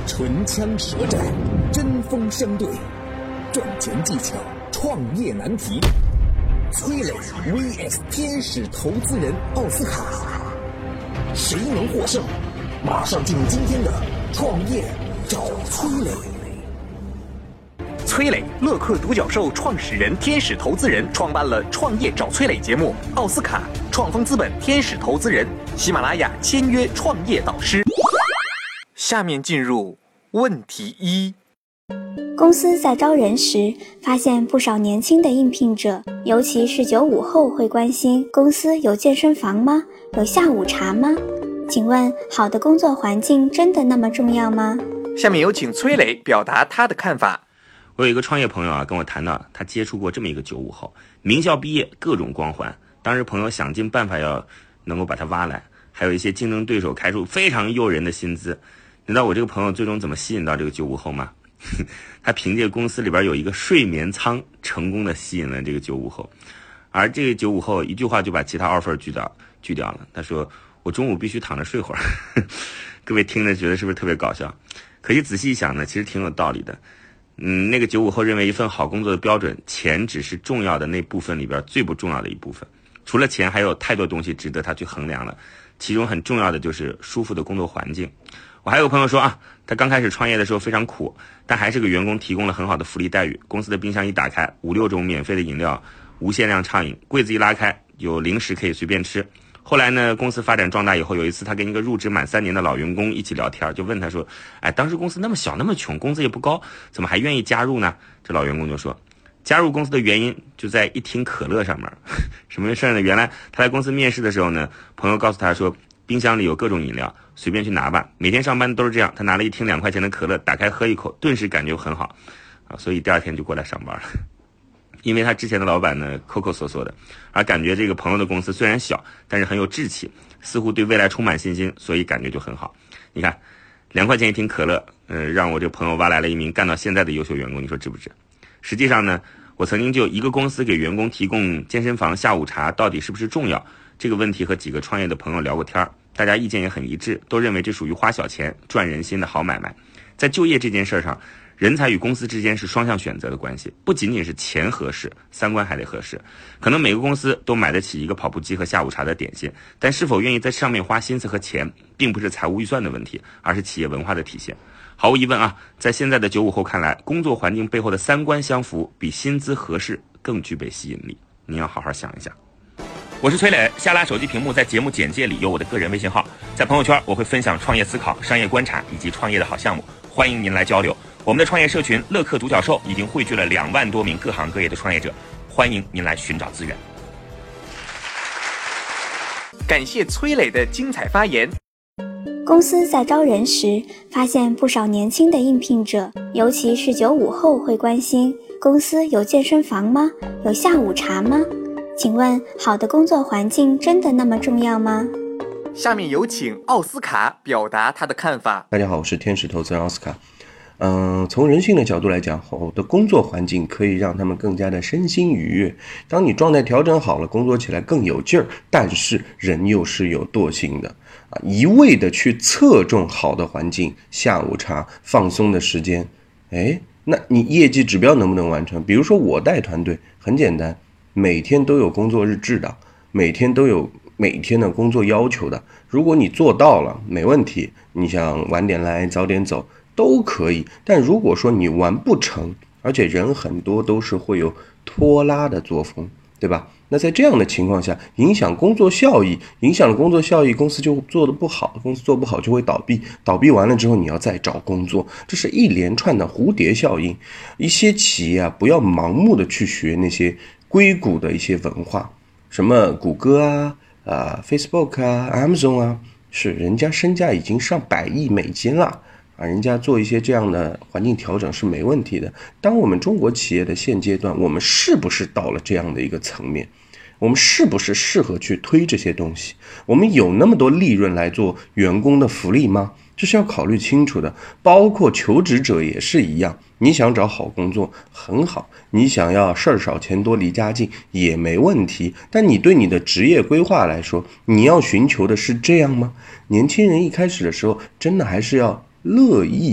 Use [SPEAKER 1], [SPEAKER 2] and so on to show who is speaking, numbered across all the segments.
[SPEAKER 1] 唇枪舌战，针锋相对，赚钱技巧，创业难题。崔磊 vs 天使投资人奥斯卡，谁能获胜？马上进入今天的创业找崔磊。崔磊，乐客独角兽创始人、天使投资人，创办了《创业找崔磊》节目。奥斯卡，创丰资本天使投资人，喜马拉雅签约创业导师。下面进入问题一。
[SPEAKER 2] 公司在招人时，发现不少年轻的应聘者，尤其是95后会关心公司有健身房吗？有下午茶吗？请问好的工作环境真的那么重要吗？
[SPEAKER 1] 下面有请崔磊表达他的看法。
[SPEAKER 3] 我有一个创业朋友跟我谈到，他接触过这么一个95后，名校毕业，各种光环，当时朋友想尽办法要能够把他挖来，还有一些竞争对手开出非常诱人的薪资。你知道我这个朋友最终怎么吸引到这个95后吗？他凭借公司里边有一个睡眠舱，成功的吸引了这个95后，而这个95后一句话就把其他offer拒掉了。他说我中午必须躺着睡会儿。各位听着觉得是不是特别搞笑？可惜仔细一想呢，其实挺有道理的。那个95后认为一份好工作的标准，钱只是重要的那部分里边最不重要的一部分，除了钱还有太多东西值得他去衡量了，其中很重要的就是舒服的工作环境。我还有个朋友说他刚开始创业的时候非常苦，但还是给员工提供了很好的福利待遇。公司的冰箱一打开，5-6种免费的饮料，无限量畅饮，柜子一拉开有零食可以随便吃。后来呢，公司发展壮大以后，有一次他跟一个入职满3年的老员工一起聊天，就问他说，当时公司那么小那么穷，工资也不高，怎么还愿意加入呢？这老员工就说，加入公司的原因就在一听可乐上面。什么事呢？原来他来公司面试的时候呢，朋友告诉他说，冰箱里有各种饮料，随便去拿吧。每天上班都是这样，他拿了一听2块钱的可乐，打开喝一口，顿时感觉很好所以第2天就过来上班了。因为他之前的老板呢抠抠索索的，而感觉这个朋友的公司虽然小，但是很有志气，似乎对未来充满信心，所以感觉就很好。你看2块钱一瓶可乐，让我这个朋友挖来了一名干到现在的优秀员工，你说值不值？实际上呢，我曾经就一个公司给员工提供健身房、下午茶到底是不是重要这个问题和几个创业的朋友聊过天，大家意见也很一致，都认为这属于花小钱赚人心的好买卖。在就业这件事上，人才与公司之间是双向选择的关系，不仅仅是钱合适，三观还得合适。可能每个公司都买得起一个跑步机和下午茶的点心，但是否愿意在上面花心思和钱，并不是财务预算的问题，而是企业文化的体现。毫无疑问在现在的95后看来，工作环境背后的三观相符，比薪资合适更具备吸引力。你要好好想一想。我是崔磊，下拉手机屏幕，在节目简介里有我的个人微信号，在朋友圈我会分享创业思考、商业观察以及创业的好项目，欢迎您来交流。我们的创业社群乐客独角兽已经汇聚了2万多名各行各业的创业者，欢迎您来寻找资源。
[SPEAKER 1] 感谢崔磊的精彩发言。
[SPEAKER 2] 公司在招人时，发现不少年轻的应聘者，尤其是95后会关心公司有健身房吗？有下午茶吗？请问好的工作环境真的那么重要吗？
[SPEAKER 1] 下面有请奥斯卡表达他的看法。
[SPEAKER 4] 大家好，我是天使投资人奥斯卡。从人性的角度来讲，好的工作环境可以让他们更加的身心愉悦。当你状态调整好了，工作起来更有劲儿。但是人又是有惰性的一味的去侧重好的环境、下午茶、放松的时间，那你业绩指标能不能完成？比如说我带团队，很简单，每天都有工作日志的，每天都有每天的工作要求的。如果你做到了，没问题，你想晚点来早点走都可以。但如果说你完不成，而且人很多都是会有拖拉的作风，对吧？那在这样的情况下，影响工作效益，公司就做得不好，公司做不好就会倒闭，倒闭完了之后你要再找工作，这是一连串的蝴蝶效应。一些企业不要盲目的去学那些硅谷的一些文化，什么谷歌Facebook Amazon是人家身价已经上100亿美金了人家做一些这样的环境调整是没问题的。当我们中国企业的现阶段，我们是不是到了这样的一个层面？我们是不是适合去推这些东西？我们有那么多利润来做员工的福利吗？这是要考虑清楚的。包括求职者也是一样，你想找好工作很好，你想要事儿少钱多离家近也没问题，但你对你的职业规划来说，你要寻求的是这样吗？年轻人一开始的时候真的还是要乐意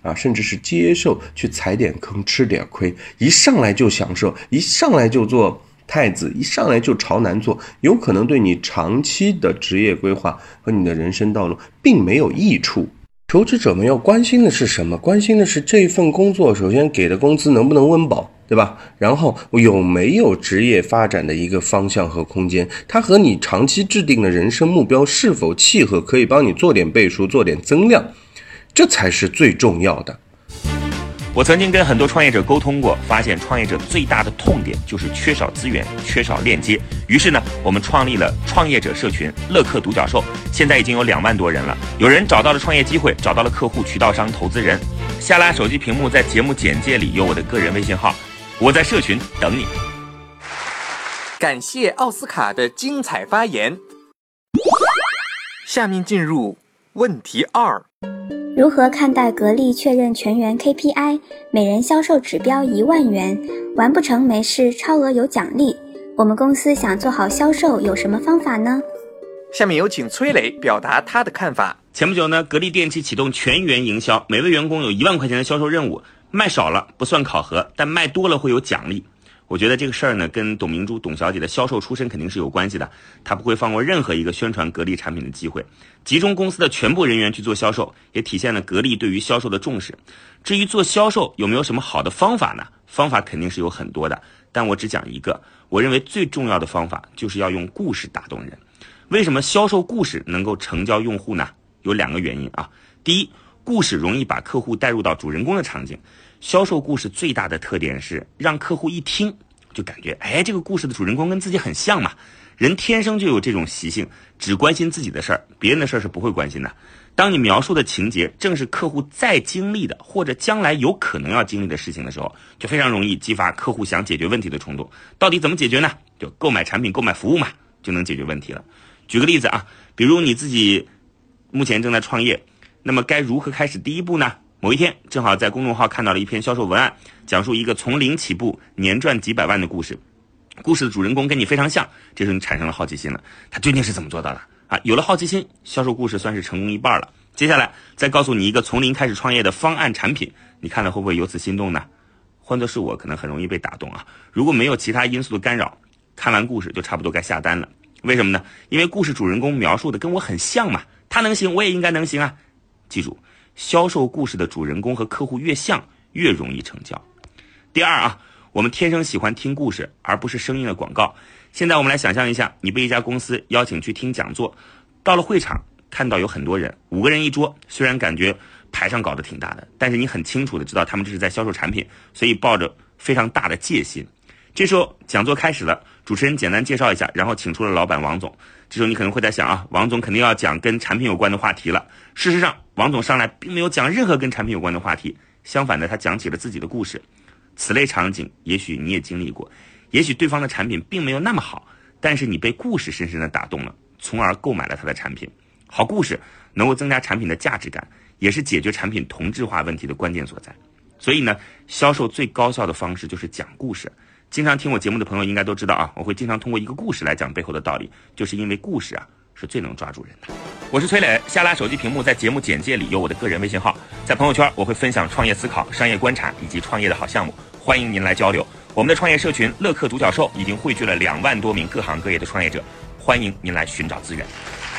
[SPEAKER 4] 甚至是接受去踩点坑吃点亏，一上来就享受，一上来就做太子，一上来就朝南做，有可能对你长期的职业规划和你的人生道路并没有益处。求职者们要关心的是什么？关心的是这份工作首先给的工资能不能温饱，对吧？然后有没有职业发展的一个方向和空间，它和你长期制定的人生目标是否契合，可以帮你做点倍数，做点增量，这才是最重要的。
[SPEAKER 3] 我曾经跟很多创业者沟通过，发现创业者最大的痛点就是缺少资源，缺少链接。于是呢，我们创立了创业者社群乐客独角兽，现在已经有2万多人了。有人找到了创业机会，找到了客户、渠道商、投资人。下拉手机屏幕，在节目简介里有我的个人微信号，我在社群等你。
[SPEAKER 1] 感谢奥斯卡的精彩发言。下面进入问题2。
[SPEAKER 2] 如何看待格力确认全员 KPI， 每人销售指标1万元，完不成没事，超额有奖励？我们公司想做好销售，有什么方法呢？
[SPEAKER 1] 下面有请崔磊表达他的看法。
[SPEAKER 3] 前不久呢，格力电器启动全员营销，每位员工有1万块钱的销售任务，卖少了不算考核，但卖多了会有奖励。我觉得这个事儿呢，跟董明珠董小姐的销售出身肯定是有关系的，她不会放过任何一个宣传格力产品的机会，集中公司的全部人员去做销售，也体现了格力对于销售的重视。至于做销售有没有什么好的方法呢？方法肯定是有很多的，但我只讲一个，我认为最重要的方法就是要用故事打动人。为什么销售故事能够成交用户呢？有2个原因啊。第一，故事容易把客户带入到主人公的场景。销售故事最大的特点是让客户一听就感觉，这个故事的主人公跟自己很像嘛。人天生就有这种习性，只关心自己的事儿，别人的事儿是不会关心的。当你描述的情节正是客户在经历的或者将来有可能要经历的事情的时候，就非常容易激发客户想解决问题的冲动。到底怎么解决呢？就购买产品、购买服务嘛，就能解决问题了。举个例子啊，比如你自己目前正在创业，那么该如何开始第一步呢？某一天正好在公众号看到了一篇销售文案，讲述一个从零起步年赚几百万的故事。故事的主人公跟你非常像，这时候你产生了好奇心了，他究竟是怎么做到的啊？有了好奇心，销售故事算是成功一半了。接下来再告诉你一个从零开始创业的方案产品，你看了会不会由此心动呢？换作是我，可能很容易被打动啊。如果没有其他因素的干扰，看完故事就差不多该下单了。为什么呢？因为故事主人公描述的跟我很像嘛，他能行，我也应该能行啊。记住，销售故事的主人公和客户越像，越容易成交。第二啊，我们天生喜欢听故事，而不是生硬的广告。现在我们来想象一下，你被一家公司邀请去听讲座，到了会场，看到有很多人，5个人一桌，虽然感觉排上搞得挺大的，但是你很清楚的知道他们这是在销售产品，所以抱着非常大的戒心。这时候讲座开始了，主持人简单介绍一下，然后请出了老板王总。这时候你可能会在想啊，王总肯定要讲跟产品有关的话题了。事实上，王总上来并没有讲任何跟产品有关的话题，相反的，他讲起了自己的故事。此类场景也许你也经历过，也许对方的产品并没有那么好，但是你被故事深深的打动了，从而购买了他的产品。好故事能够增加产品的价值感，也是解决产品同质化问题的关键所在。所以呢，销售最高效的方式就是讲故事。经常听我节目的朋友应该都知道啊，我会经常通过一个故事来讲背后的道理，就是因为故事啊是最能抓住人的。我是崔磊，下拉手机屏幕，在节目简介里有我的个人微信号，在朋友圈我会分享创业思考、商业观察以及创业的好项目，欢迎您来交流。我们的创业社群乐客独角兽已经汇聚了2万多名各行各业的创业者，欢迎您来寻找资源。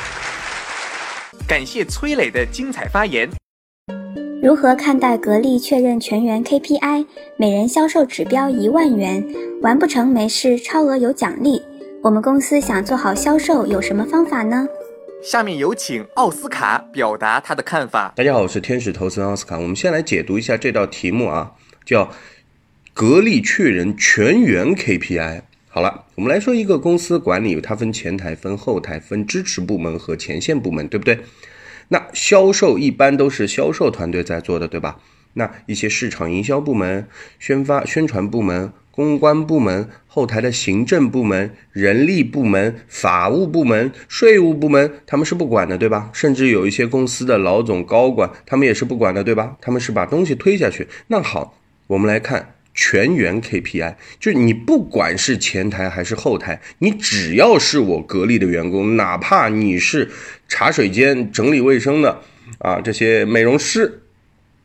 [SPEAKER 1] 感谢崔磊的精彩发言。
[SPEAKER 2] 如何看待格力确认全员 KPI， 每人销售指标1万元，完不成没事，超额有奖励？我们公司想做好销售，有什么方法呢？
[SPEAKER 1] 下面有请奥斯卡表达他的看法。
[SPEAKER 4] 大家好，我是天使投资奥斯卡。我们先来解读一下这道题目啊，叫格力确认全员 KPI。好了，我们来说一个公司管理，它分前台、分后台、分支持部门和前线部门，对不对？那销售一般都是销售团队在做的，对吧？那一些市场营销部门、宣传部门、公关部门、后台的行政部门、人力部门、法务部门、税务部门，他们是不管的，对吧？甚至有一些公司的老总高管，他们也是不管的，对吧？他们是把东西推下去。那好，我们来看全员 KPI， 就是你不管是前台还是后台，你只要是我格力的员工，哪怕你是茶水间整理卫生的啊，这些美容师，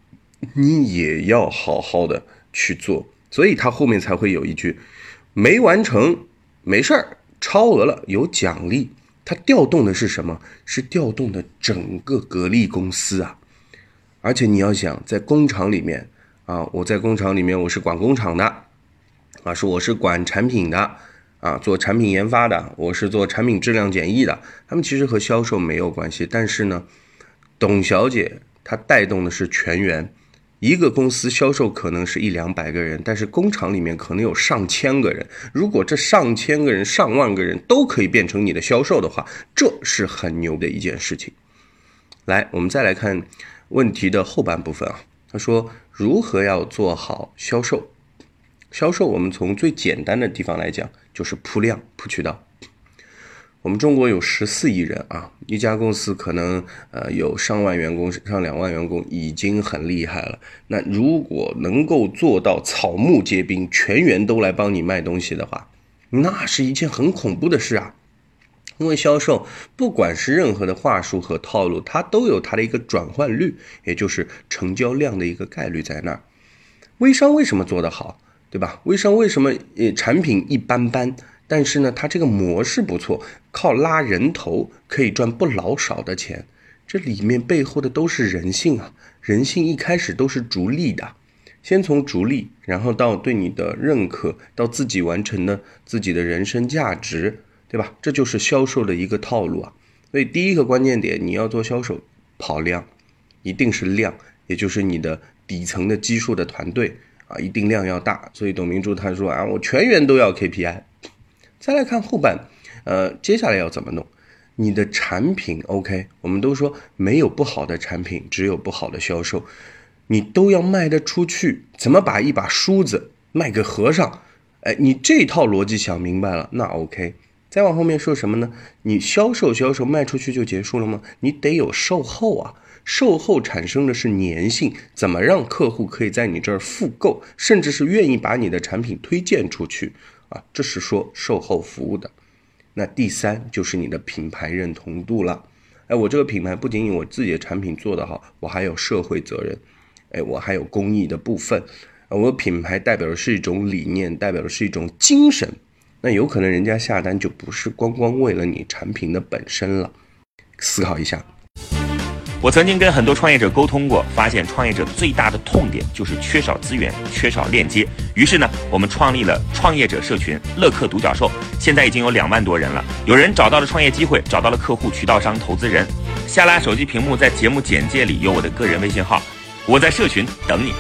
[SPEAKER 4] 你也要好好的去做。所以他后面才会有一句，没完成没事儿，超额了有奖励。他调动的是什么？是调动的整个格力公司啊。而且你要想，在工厂里面啊，我在工厂里面我是管工厂的啊，我是管产品的啊，做产品研发的，我是做产品质量检疫的，他们其实和销售没有关系。但是呢，董小姐她带动的是全员，一个公司销售可能是100-200个人，但是工厂里面可能有上千个人。如果这上千个人、上万个人都可以变成你的销售的话，这是很牛的一件事情。来，我们再来看问题的后半部分啊。他说如何要做好销售？销售我们从最简单的地方来讲，就是铺量、铺渠道。我们中国有14亿人啊，一家公司可能有上万员工、上2万员工已经很厉害了。那如果能够做到草木皆兵，全员都来帮你卖东西的话，那是一件很恐怖的事啊。因为销售不管是任何的话术和套路，它都有它的一个转换率，也就是成交量的一个概率在那儿。微商为什么做得好，对吧？微商为什么产品一般般，但是呢它这个模式不错，靠拉人头可以赚不老少的钱。这里面背后的都是人性啊，人性一开始都是逐利的，先从逐利，然后到对你的认可，到自己完成的自己的人生价值，对吧？这就是销售的一个套路啊。所以第一个关键点，你要做销售，跑量，一定是量，也就是你的底层的基数的团队啊，一定量要大。所以董明珠他说啊，我全员都要 KPI。再来看后半，接下来要怎么弄？你的产品 OK， 我们都说没有不好的产品，只有不好的销售。你都要卖得出去，怎么把一把梳子卖给和尚？你这套逻辑想明白了，那 OK。再往后面说什么呢？你销售卖出去就结束了吗？你得有售后啊，售后产生的是粘性，怎么让客户可以在你这儿复购，甚至是愿意把你的产品推荐出去啊？这是说售后服务的。那第三就是你的品牌认同度了。我这个品牌不仅仅我自己的产品做得好，我还有社会责任，我还有公益的部分。我品牌代表的是一种理念，代表的是一种精神。那有可能人家下单就不是光光为了你产品的本身了。思考一下。
[SPEAKER 3] 我曾经跟很多创业者沟通过，发现创业者最大的痛点就是缺少资源，缺少链接。于是呢，我们创立了创业者社群乐客独角兽，现在已经有2万多人了。有人找到了创业机会，找到了客户、渠道商、投资人。下拉手机屏幕，在节目简介里有我的个人微信号，我在社群等你。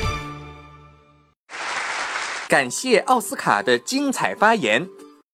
[SPEAKER 1] 感谢奥斯卡的精彩发言。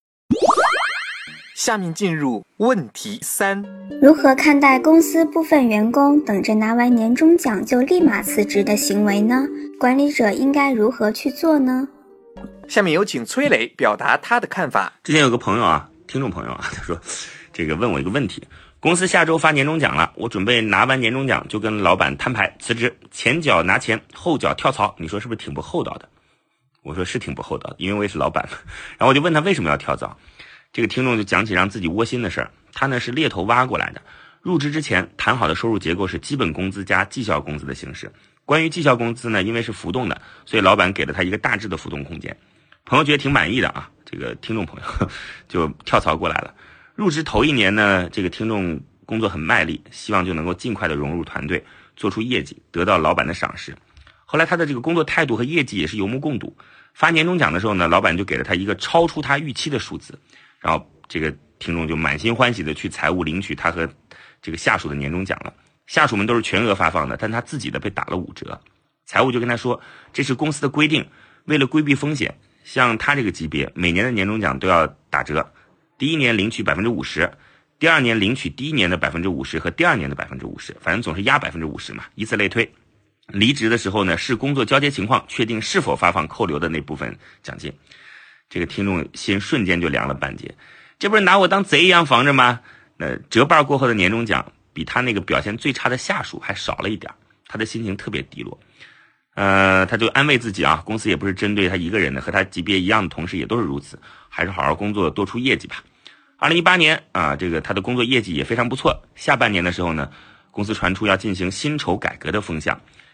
[SPEAKER 1] 下面进入问题3：
[SPEAKER 2] 如何看待公司部分员工等着拿完年终奖就立马辞职的行为呢？管理者应该如何去做呢？
[SPEAKER 1] 下面有请崔磊表达他的看法。
[SPEAKER 3] 之前有个朋友啊，听众朋友啊，他说这个问我一个问题，公司下周发年终奖了，我准备拿完年终奖就跟老板摊牌辞职，前脚拿钱，后脚跳槽，你说是不是挺不厚道的？我说是挺不厚道的，因为我也是老板嘛。然后我就问他为什么要跳槽，这个听众就讲起让自己窝心的事儿。他呢是猎头挖过来的，入职之前谈好的收入结构是基本工资加绩效工资的形式。关于绩效工资呢，因为是浮动的，所以老板给了他一个大致的浮动空间。朋友觉得挺满意的啊，这个听众朋友就跳槽过来了。入职头1年呢，这个听众工作很卖力，希望就能够尽快的融入团队，做出业绩，得到老板的赏识。后来他的这个工作态度和业绩也是有目共睹。发年终奖的时候呢，老板就给了他一个超出他预期的数字，然后这个听众就满心欢喜的去财务领取他和这个下属的年终奖了。下属们都是全额发放的，但他自己的被打了5折。财务就跟他说，这是公司的规定，为了规避风险，像他这个级别每年的年终奖都要打折，第1年领取 50%， 第2年领取第1年的 50% 和第2年的 50%， 反正总是压 50% 嘛，以此类推。离职的时候呢，视工作交接情况确定是否发放扣留的那部分奖金。这个听众心瞬间就凉了半截，这不是拿我当贼一样防着吗？那折半过后的年终奖比他那个表现最差的下属还少了一点，他的心情特别低落。他就安慰自己啊，公司也不是针对他一个人的，和他级别一样的同事也都是如此，还是好好工作，多出业绩吧。2018年啊，这个他的工作业绩也非常不错。下半年的时候呢，公司传出要进行薪酬改革的风向。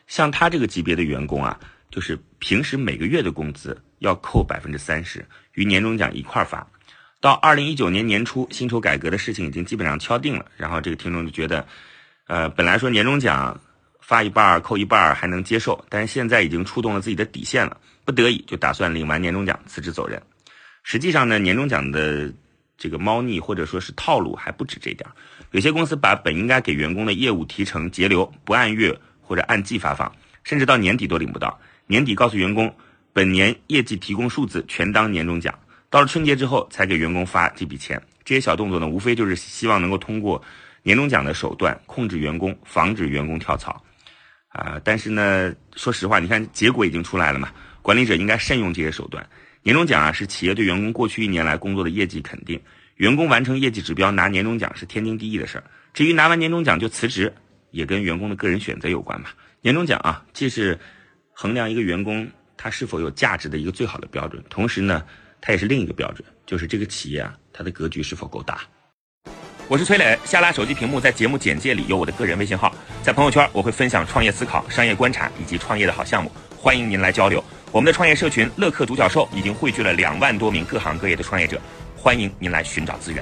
[SPEAKER 3] 像他这个级别的员工啊，就是平时每个月的工资要扣30%，与年终奖一块发。到2019年年初，薪酬改革的事情已经基本上敲定了，然后这个听众就觉得，本来说年终奖发一半扣一半还能接受，但是现在已经触动了自己的底线了，不得已就打算领完年终奖辞职走人。实际上呢，年终奖的这个猫腻或者说是套路还不止这点，有些公司把本应该给员工的业务提成节流，不按月或者按季发放，甚至到年底都领不到，年底告诉员工本年业绩提供数字全当年终奖，到了春节之后才给员工发这笔钱。这些小动作呢，无非就是希望能够通过年终奖的手段控制员工，防止员工跳槽但是呢，说实话，你看结果已经出来了嘛，管理者应该慎用这些手段。年终奖是企业对员工过去1年来工作的业绩肯定，员工完成业绩指标拿年终奖是天经地义的事儿。至于拿完年终奖就辞职，也跟员工的个人选择有关嘛。年终奖既是衡量一个员工他是否有价值的一个最好的标准，同时呢，它也是另一个标准，就是这个企业它的格局是否够大。我是崔磊，下拉手机屏幕在节目简介里有我的个人微信号，在朋友圈我会分享创业思考、商业观察以及创业的好项目，欢迎您来交流。我们的创业社群乐客独角兽已经汇聚了2万多名各行各业的创业者，欢迎您来寻找资源。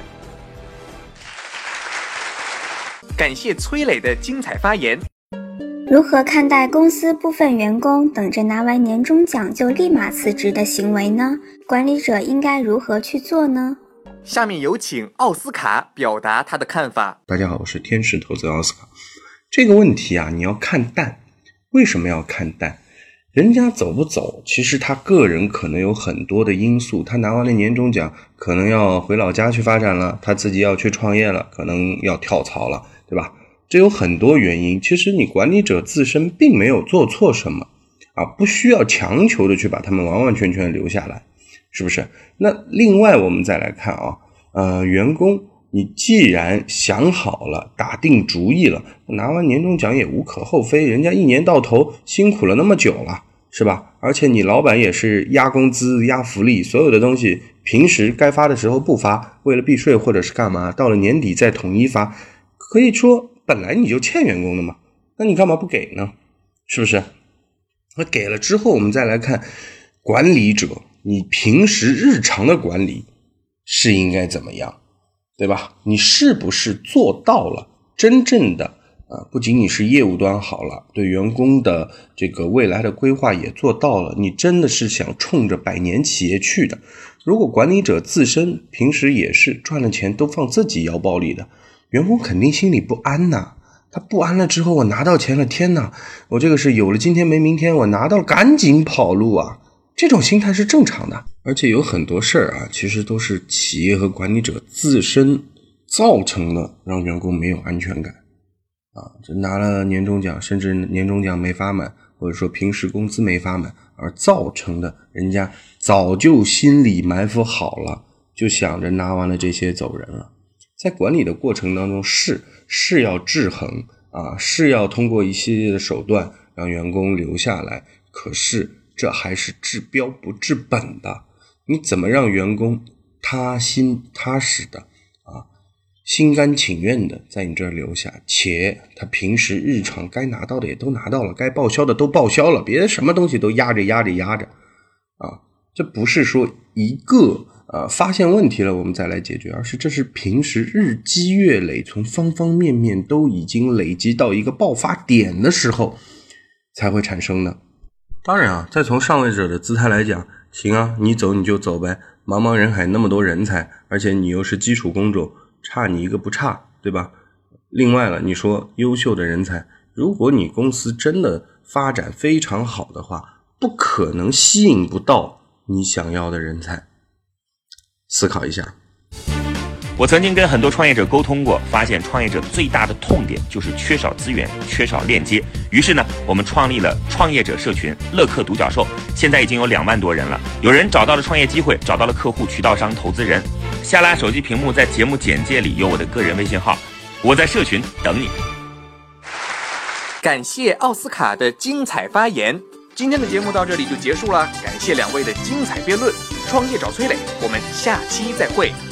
[SPEAKER 5] 感谢崔磊的精彩发言。
[SPEAKER 2] 如何看待公司部分员工等着拿完年终奖就立马辞职的行为呢？管理者应该如何去做呢？
[SPEAKER 5] 下面有请奥斯卡表达他的看法。
[SPEAKER 4] 大家好，我是天使投资奥斯卡。这个问题你要看淡。为什么要看淡？人家走不走，其实他个人可能有很多的因素，他拿完了年终奖可能要回老家去发展了，他自己要去创业了，可能要跳槽了，对吧？这有很多原因，其实你管理者自身并没有做错什么不需要强求的去把他们完完全全留下来，是不是？那另外我们再来看员工你既然想好了，打定主意了，拿完年终奖也无可厚非，人家1年到头辛苦了那么久了，是吧？而且你老板也是压工资、压福利，所有的东西平时该发的时候不发，为了避税或者是干嘛，到了年底再统一发，可以说本来你就欠员工的嘛，那你干嘛不给呢？是不是？那给了之后，我们再来看管理者，你平时日常的管理是应该怎么样，对吧？你是不是做到了真正的不仅仅是业务端好了，对员工的这个未来的规划也做到了，你真的是想冲着百年企业去的。如果管理者自身平时也是赚了钱都放自己腰包里的，员工肯定心里不安他不安了之后，我拿到钱了，天哪，我这个是有了今天没明天，我拿到了赶紧跑路这种心态是正常的。而且有很多事儿其实都是企业和管理者自身造成了让员工没有安全感这拿了年终奖，甚至年终奖没发满，或者说平时工资没发满，而造成的人家早就心里埋伏好了，就想着拿完了这些走人了。在管理的过程当中是要制衡是要通过一系列的手段让员工留下来，可是这还是治标不治本的。你怎么让员工踏心踏实的心甘情愿的在你这儿留下，且他平时日常该拿到的也都拿到了，该报销的都报销了，别的什么东西都压着这不是说一个发现问题了我们再来解决，而是这是平时日积月累，从方方面面都已经累积到一个爆发点的时候才会产生的。当然再从上位者的姿态来讲，行你走你就走呗，茫茫人海那么多人才，而且你又是基础工种，差你一个不差，对吧？另外了，你说优秀的人才，如果你公司真的发展非常好的话，不可能吸引不到你想要的人才。思考一下。
[SPEAKER 3] 我曾经跟很多创业者沟通过，发现创业者最大的痛点就是缺少资源，缺少链接。于是呢，我们创立了创业者社群乐客独角兽，现在已经有2万多人了。有人找到了创业机会，找到了客户、渠道商、投资人。下拉手机屏幕在节目简介里有我的个人微信号，我在社群等你。
[SPEAKER 5] 感谢奥斯卡的精彩发言。今天的节目到这里就结束了，感谢2位的精彩辩论。创业找崔磊，我们下期再会。